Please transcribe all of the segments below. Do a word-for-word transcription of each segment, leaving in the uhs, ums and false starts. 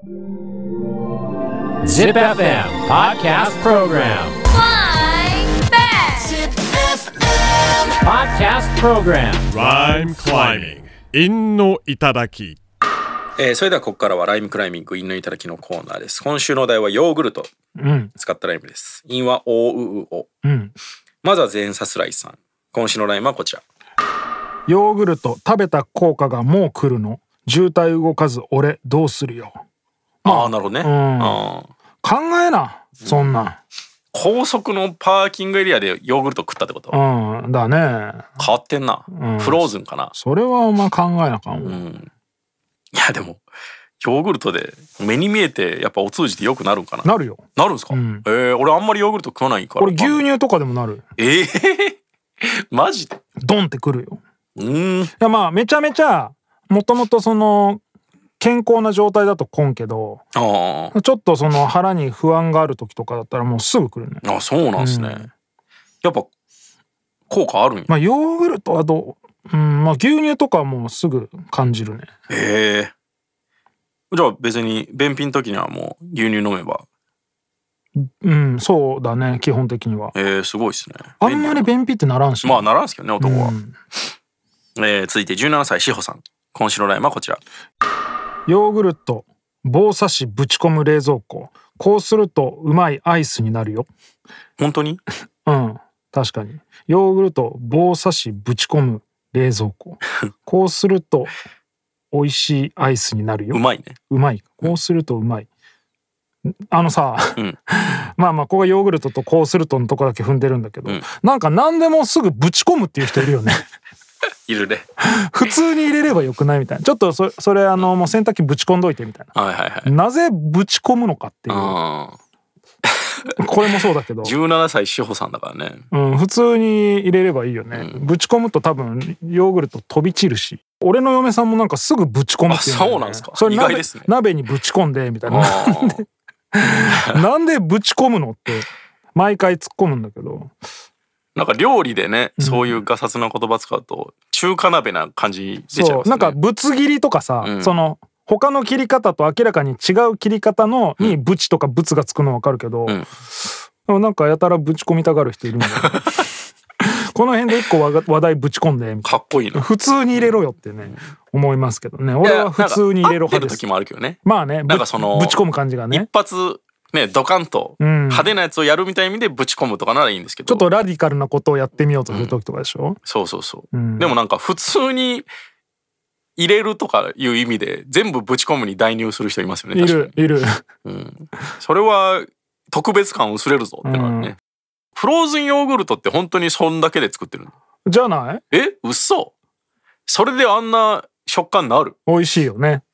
Zip エフエム Podcast Program Flying Back Podcast Program Rhyme climbing 陰の頂き。 えー、それではここからはライムクライミング陰の頂きのコーナーです。今週のお題はヨーグルト使ったライムです。陰はおううお、うん、まずはゼンサスライスさん、今週のライムはこちら。 ヨーグルト食べた効果がもう来るの、渋滞動かず俺どうするよ。 ああ、なるほどね、うん、あ考えなそんな、うん、 高速のパーキングエリアでヨーグルト食ったってこと。 うんだね。 変わってんな、うん、フローズンかな。 それはお前考えなかん、うん、 いやでもヨーグルトで目に見えてやっぱお通じてよくなるんかな。 なるよ。 なるんですか、うん、えー、俺あんまりヨーグルト食わないから。 俺牛乳とかでもなる。 ええー、マジでドンってくるよ。 うん、いやまあめちゃめちゃもともとその健康な状態だとこんけど、あちょっとその腹に不安がある時とかだったらもうすぐ来るね。 あ、そうなんですね、うん、やっぱ効果あるんや。 まあヨーグルトはどう、うん、まあ牛乳とかはもうすぐ感じるね。 へえ。じゃあ別に便秘の時にはもう牛乳飲めば。 うん、そうだね基本的には。 えー、すごいですね。 あんまり便秘ってならんし、ね、 まあならんすけどね男は、うん、えー、続いてじゅうななさい志保さん、今週のラインはこちら。 ヨーグルト棒刺しぶち込む冷蔵庫、こうするとうまいアイスになるよ。 本当にうん確かに。ヨーグルト棒刺しぶち込む冷蔵庫こうすると美味しいアイスになるよ。 うまいね。 うまい。こうするとうまい。あのさ、うん、まあまあここがヨーグルトとこうするとのとこだけ踏んでるんだけど、うん、なんか何でもすぐぶち込むっていう人いるよね。 いるね。 普通に入れればよくないみたいな。ちょっとそ れ, それあのもう洗濯機ぶち込んどいてみたいな、 はいはいはい、 なぜぶち込むのかっていう。これもそうだけどじゅうななさい志保さんだからね、 うん、普通に入れればいいよね、うん、ぶち込むと多分ヨーグルト飛び散るし。俺の嫁さんもなんかすぐぶち込むっていう、ね、 あ、そうなんですか。それ意外ですね。 鍋にぶち込んでみたいな。なんでなんでぶち込むのって毎回突っ込むんだけど、 なんか料理でね、うん、そういうガサツな言葉使うと中華鍋な感じ出ちゃいますね。そうなんかぶつ切りとかさ、うん、その他の切り方と明らかに違う切り方のにぶちとかぶつがつくの分かるけど、うん、なんかやたらぶち込みたがる人いるんだよ。この辺で一個話題ぶち込んでみたいな。 かっこいいな。 普通に入れろよってね、うん、思いますけどね。俺は普通に入れろ派です。 合ってる時もあるけどね。 まあね、なんかそのぶち込む感じがね。 一発ねドカンと派手なやつをやるみたいな意味でぶち込むとかならいいんですけど、 ちょっとラディカルなことをやってみようとする時とかでしょ。うん、 そうそうそう、うん。でもなんか普通に入れるとかいう意味で全部ぶち込むに代入する人いますよね。 いるいる。 うん。それは特別感薄れるぞってのはね。うん、フローズンヨーグルトって本当にそんだけで作ってるのじゃない？ え、嘘？それであんな食感なる？ 美味しいよね。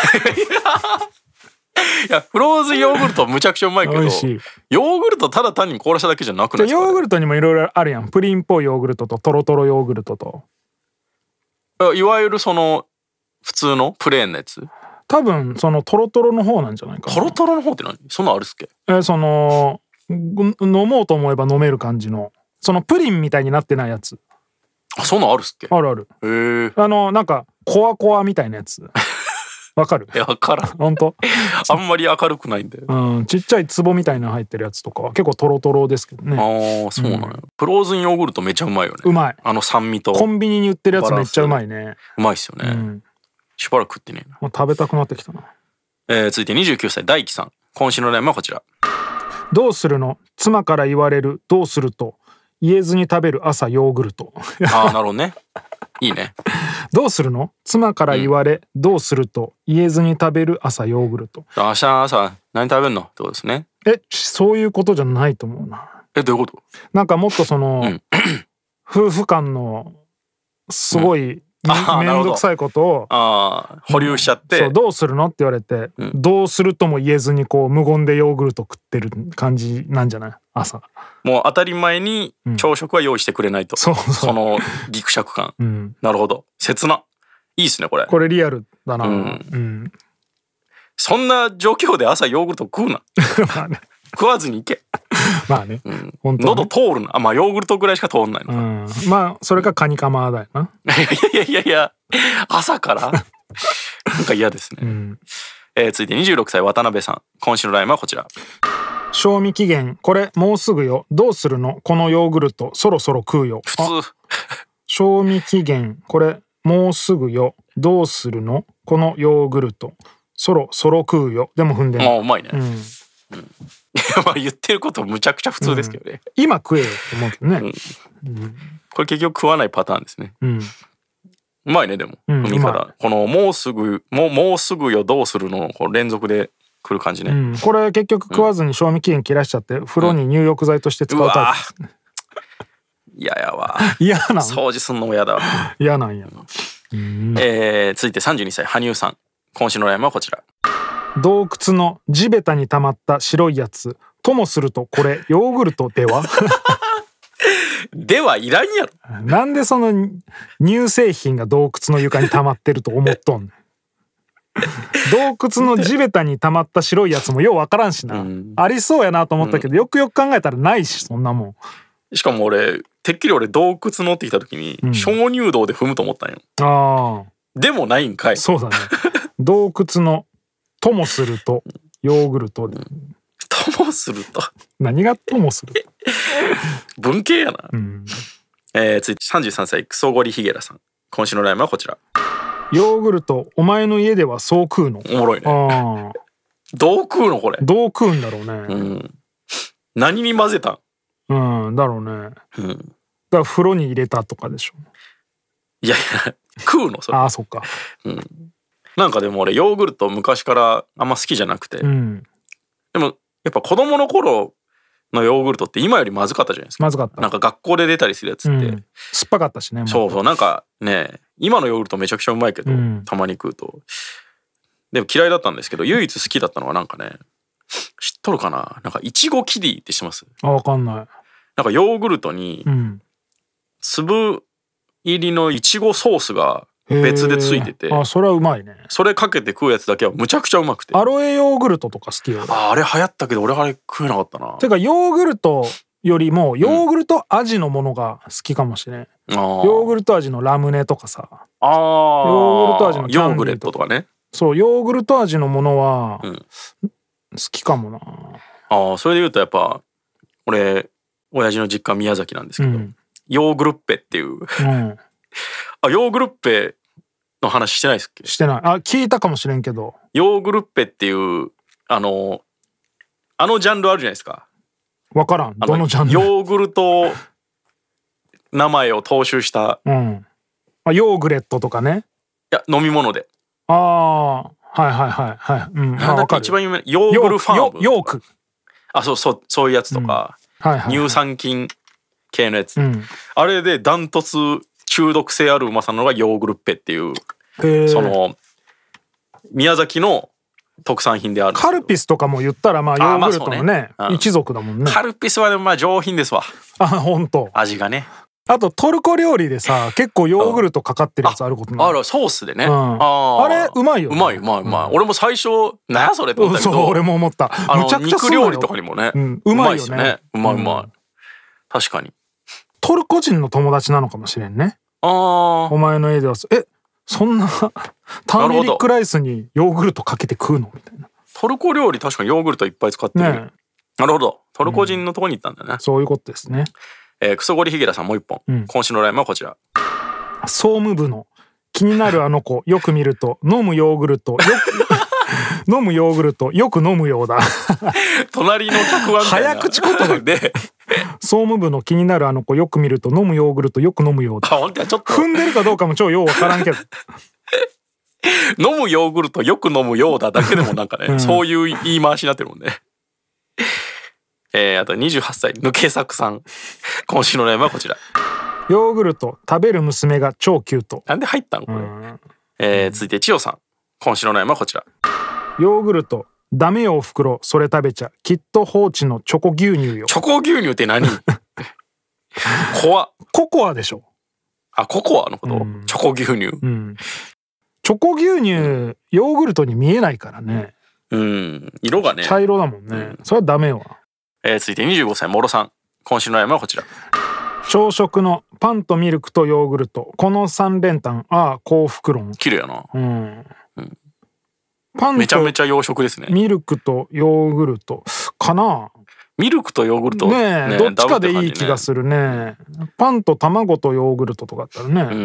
いやフローズンヨーグルトむちゃくちゃうまいけど、美味しい。ヨーグルトただ単に凍らしただけじゃなくないですか？ ヨーグルトにもいろいろあるやん。プリンっぽいヨーグルトとトロトロヨーグルトと、 いわゆるその普通のプレーンなやつ。 多分そのトロトロの方なんじゃないかな。 トロトロの方って何？そんなあるっすっけ？ えその飲もうと思えば飲める感じの、そのプリンみたいになってないやつ。 あ、そんなんあるっすっけ？ あるある。 へえ。 あのなんかコアコアみたいなやつ。わかる？ いやわからん。 本当？ あんまり明るくないんだよ。 うん、ちっちゃい壺みたいな入ってるやつとかは結構トロトロですけどね。 ああ、そうなのよ、うん。フローズンヨーグルトめっちゃうまいよね。 うまい。 あの酸味と。 コンビニに売ってるやつめっちゃうまいね。 うまいっすよね。うん、しばらく食ってねえな。 もう食べたくなってきたな。 えー、続いてにじゅうきゅうさい大輝さん、今週のラインはこちら。 どうするの？妻から言われるどうすると言えずに食べる朝ヨーグルト。 ああ、なるほどね。いいね。 どうするの？妻から言われ、うん、どうすると言えずに食べる朝ヨーグルト。 明日朝何食べるのってことですね。 え、そういうことじゃないと思うな。 え、どういうこと？ なんかもっとその、うん、夫婦間のすごい、うんめんどくさいことをあ保留しちゃって、 そうどうするのって言われて、うん、どうするとも言えずにこう無言でヨーグルト食ってる感じなんじゃない？朝もう当たり前に朝食は用意してくれないと、うん、そうそうそのギクシャク感、うん、なるほど、切な。いいっすねこれ。 これリアルだな、うんうん、そんな状況で朝ヨーグルト食うな。まあね、食わずに行け。 まあね、うん、 本当ね、喉通るな。あ、まあヨーグルトぐらいしか通んないのか、うん、 まあそれかカニカマだよな。 いやいやいやいや朝からなんか嫌ですね、うん、 えー、続いてにじゅうろくさい渡辺さん。今週のラインはこちら。 賞味期限これもうすぐよ、どうするのこのヨーグルト、そろそろ食うよ。 普通賞味期限これもうすぐよ、どうするのこのヨーグルト、そろそろ食うよ。でも踏んでんの。 あ、うまいね。うん。うん、まあ言ってることむちゃくちゃ普通ですけどね。 うん、今食えよって思うけどね。 うんうん、これ結局食わないパターンですね。うん。うまいねでも。 うん、 海からこのもうすぐもうもうすぐよどうするのこう連続で来る感じね。 うん、これ結局食わずに賞味期限切らしちゃって、うん、風呂に入浴剤として使うタイプ。 嫌やわ。 嫌なん。 掃除すんのも嫌だわ。 嫌なんや。 うん、えー、続いてさんじゅうにさい羽生さん。今週のラインはこちら。 洞窟の地べたに溜まった白いやつともするとこれヨーグルトではではいらんやろ。 なんでその乳製品が洞窟の床に溜まってると思っとんねん。洞窟の地べたに溜まった白いやつもようわからんしな、うん、ありそうやなと思ったけど、うん、よくよく考えたらないし、そんなもん。 しかも俺てっきり俺洞窟のってきた時に、うん、鍾乳洞で踏むと思ったんよ。ああ。でもないんかい。 そうだね。洞窟のともするとヨーグルトで、うん、 ともすると何がともする文系やな。うん、えー、続いてさんじゅうさんさいクソゴリヒゲラさん。今週のラインはこちら。 ヨーグルトお前の家ではそう食うの。 おもろいね。あどう食うのこれ。 どう食うんだろうね。うん、 何に混ぜたん。 うんだろうね。うん、だから風呂に入れたとかでしょ。 いやいや食うのそれ。 ああそっか。 うん。なんかでも俺ヨーグルト昔からあんま好きじゃなくて、うん、でもやっぱ子供の頃のヨーグルトって今よりまずかったじゃないですか。 まずかった。 なんか学校で出たりするやつって、うん、 酸っぱかったしね。 そうそう、なんかね今のヨーグルトめちゃくちゃうまいけど、うん、たまに食うとでも嫌いだったんですけど、唯一好きだったのはなんかね、知っとるかな、なんかいちごキディって知ってます？ あ、わかんない。 なんかヨーグルトに粒入りのいちごソースが別でついてて、 あ、それはうまいね。 それかけて食うやつだけはむちゃくちゃうまくて。 アロエヨーグルトとか好きよ。 あ、あれ流行ったけど俺あれ食えなかったな。 てかヨーグルトよりもヨーグルト味のものが好きかもしれん、うん、ヨーグルト味のラムネとかさ、あヨーグルト味のキャンディーとか、ヨーグレットとかね。そうヨーグルト味のものは好きかもな、 うん、ああ、それで言うとやっぱ俺親父の実家宮崎なんですけど、うん、ヨーグルッペっていう、うん、あ、ヨーグルッペの話してないですっけ？ してない。あ、聞いたかもしれんけど。 ヨーグルッペっていうあのあのジャンルあるじゃないですか。 わからん。どのジャンル？ ヨーグルト名前を踏襲した、 うん、あ、ヨーグレットとかね。 いや、飲み物で。 ああ、はいはいはいはい。うん、 なんだっけ一番有名なヨーグルファーム。 ヨーク。 あ、そうそう、そういうやつとか、うん、はいはいはい、乳酸菌系のやつ、うん、あれでダントツ中毒性あるうまさのがヨーグルッペっていう、その宮崎の特産品である。 カルピスとかも言ったらまあヨーグルトのね、まあね、うん、一族だもんね。 カルピスはでもまあ上品ですわ。 あ、本当。 味がね。 あとトルコ料理でさ、結構ヨーグルトかかってるやつあることない？ あら、ソースでね、うん、 あ, あれうまいよ、ね、 うまいうまいうまい、うん、俺も最初なんやそれって思ったけど、 そう俺も思った。 あのむちゃくちゃ肉料理とかにもね、うん、 うまいよね。 うまいうまい、うん、確かにトルコ人の友達なのかもしれんね。ああ、お前の家ではえそんなターメリックライスにヨーグルトかけて食うのみたいな。 トルコ料理確かにヨーグルトいっぱい使ってる、ね、なるほど、トルコ人のとこに行ったんだね、うん、 そういうことですね。 えー、クソゴリヒゲラさんもう一本、うん、今週のラインはこちら。 総務部の気になるあの子よく見ると飲むヨーグルトよく飲むヨーグルトよく飲むようだ隣の客はみたいな早口言葉で総務部の気になるあの子よく見ると飲むヨーグルトよく飲むようだ。 あ、本当はちょっと踏んでるかどうかも超ようわからんけど飲むヨーグルトよく飲むようだだけでもなんかね、うん、そういう言い回しになってるもんね。えー、あとにじゅうはっさい抜け作さん、今週のラインはこちら。 ヨーグルト食べる娘が超キュート。 なんで入ったのこれ、うん、えー、続いて千代さん、今週のラインはこちら。 ヨーグルトダメよおふくろそれ食べちゃきっと放置のチョコ牛乳よ。 チョコ牛乳って何怖っ。 ココアでしょ。 あ、ココアのこと、うん、チョコ牛乳、うん、 チョコ牛乳、うん、ヨーグルトに見えないからね。 うん、色がね茶色だもんね、うん、それはダメよ。 えー、続いてにじゅうごさいもろさん、今週のラインはこちら。 朝食のパンとミルクとヨーグルトこの三連単、ああ幸福論。 綺麗やな、うんうん、 パンとめちゃめちゃ洋食ですね。 ミルクとヨーグルトかな。 ミルクとヨーグルトねえ、どっちかでいい気がするね。パンと卵とヨーグルトとかだったらね。うん。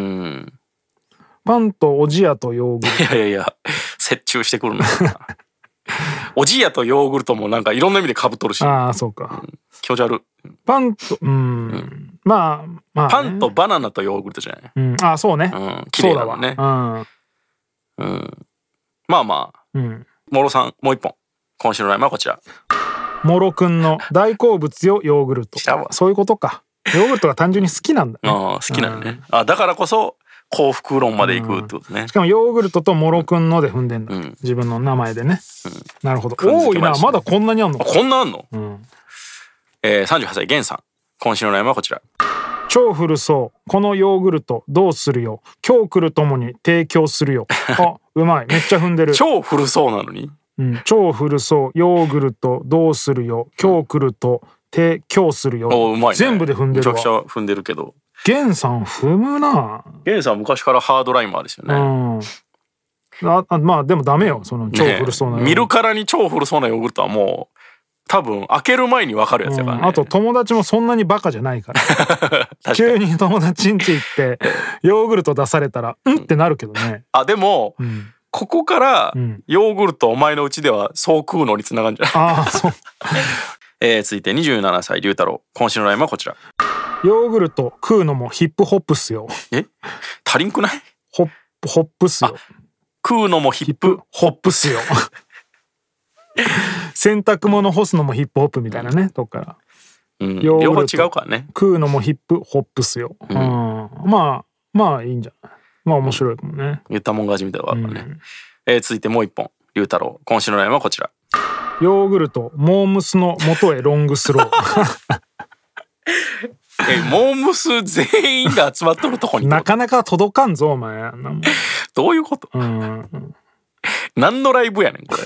パンとおじやとヨーグルト。 いやいやいや、折衷してくるな。おじやとヨーグルトもなんかいろんな意味で被っとるし。 ああ、そうか。 うん、気持ち悪い。 パンと、うん、うん、まあ、まあ、ね、 パンとバナナとヨーグルトじゃない。 うん、ああ、そうね。 うん、綺麗だわね。うん。うん。まあまあ。うん。モロさん、もう一本。今週のラインはこちら。 モロくんの大好物よヨーグルト。そういうことか。ヨーグルトが単純に好きなんだね。 ああ、好きなんだね。うん、あ、だからこそ幸福論までいくってことね。 しかもヨーグルトとモロくんので踏んでんだ。うん、自分の名前でね。うん、なるほど。多いな。まだこんなにあんの。 こんなあんの？うん、えー、さんじゅうはっさいゲンさん。今週のラインはこちら。 超古そう。このヨーグルトどうするよ。今日来るともに提供するよ。あ、うまい。めっちゃ踏んでる。 超古そうなのに。 うん、超古そうヨーグルトどうするよ今日来ると提供するよ、 うまいね、 全部で踏んでるわ。 めちゃくちゃ踏んでるけどゲンさん踏むな。 ゲンさん昔からハードライマーですよね。 うん、ああまあでもダメよその超古そうな、 ね、見るからに超古そうなヨーグルトはもう多分開ける前に分かるやつやからね、 うん、あと友達もそんなにバカじゃないから急に友達ん家行ってヨーグルト出されたらうんってなるけどね。 あでも、うんここからヨーグルトお前のうちではそう食うのにつながるんじゃない？ああそう、えー、続いてにじゅうななさい龍太郎。今週のラインはこちら。 ヨーグルト食うのもヒップホップっすよ。 え足りんくない？ ホップホップっすよ。 食うのもヒップホップっすよ。 洗濯物干すのもヒップホップみたいなね、とこから、 うん、両方違うからね。 食うのもヒップホップっすよ、うん、まあまあいいんじゃない。まあ面白いかもね。 言ったもん勝ちみたいなのがあるからね、うん、えー、続いてもう一本龍太郎。今週のラインはこちら。 ヨーグルトモームスの元へロングスロー。 えモームス全員が集まっとるとこになかなか届かんぞお前。 どういうこと、うん、何のライブやねんこれ。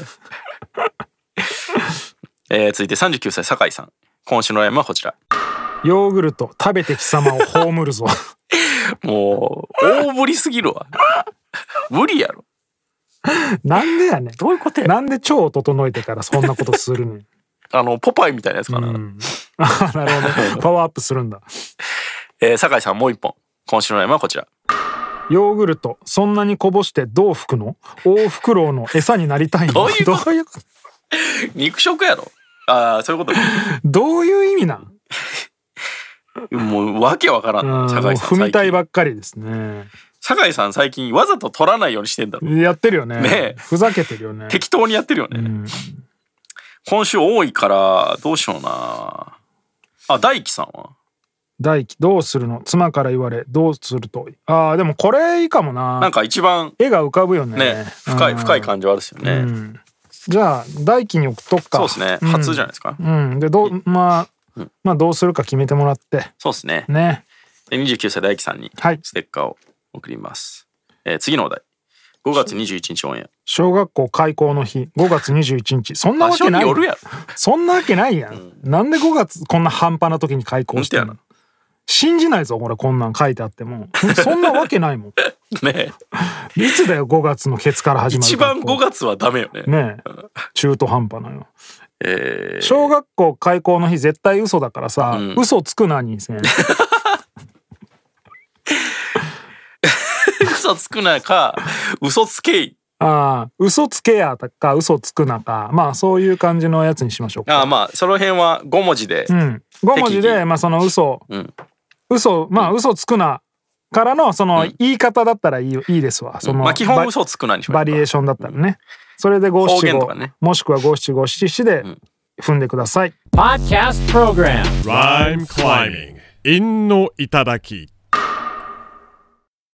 えー、続いてさんじゅうきゅうさい酒井さん。今週のラインはこちら。 ヨーグルト食べて貴様を葬るぞ。 もう大ぶりすぎるわ。無理やろ。 なんでやねん。 どういうことや。 なんで腸を整えてからそんなことするねん。 あのポパイみたいなやつかな。うん、 あなるほど、ね、パワーアップするんだ。 えー、酒井さんもう一本。今週のラインはこちら。 ヨーグルトそんなにこぼしてどう吹くの？大フクロウの餌になりたいの？ どういうこと？肉食やろ。ああそういうこと。 どういう意味なん？ もうわけわからん。酒井さん踏みたいばっかりですね。 酒井さん最近わざと取らないようにしてんだろ。 やってるよね。 ねふざけてるよね。 適当にやってるよね。うん、今週多いからどうしような。あ大輝さんは大輝どうするの？妻から言われどうすると。ああでもこれいいかもな。 なんか一番絵が浮かぶよね。 ね深い、うん、深い感じはあるですよね。うん、 じゃあ大輝に送っとくか。 そうですね、うん、初じゃないですか。 うんでどうまあうん、まあどうするか決めてもらって。 そうですね。 ね。 でにじゅうきゅうさい大輝さんにステッカーを送ります。はい、えー、次のお題。ごがつにじゅういちにちオンエア。小学校開校の日ごがつにじゅういちにち。そんなわけない。そんなわけないやん。うん、なんでごがつこんな半端な時に開校してんの？信じないぞこれこんなん書いてあっても。そんなわけないもん。ねえ。いつだよごがつのケツから始まる。 一番ごがつはダメよね。 ねえ。中途半端なよ。えー、小学校開校の日絶対嘘だからさ、うん、嘘つくなにせん。 嘘つくなか嘘つけい。 ああ嘘つけやか嘘つくなかまあそういう感じのやつにしましょうか。 ああまあその辺はごもじで、 うん、ごもじでまあその嘘、うん、嘘まあ嘘つくなからのその言い方だったらいい、いいですわ。その、 まあ基本嘘つくなにしましょうか。 バリエーションだったらね。それで五七五、ね、もしくは五七五七七で踏んでください。 Podcast Program Rhyme Climbing 陰の頂き。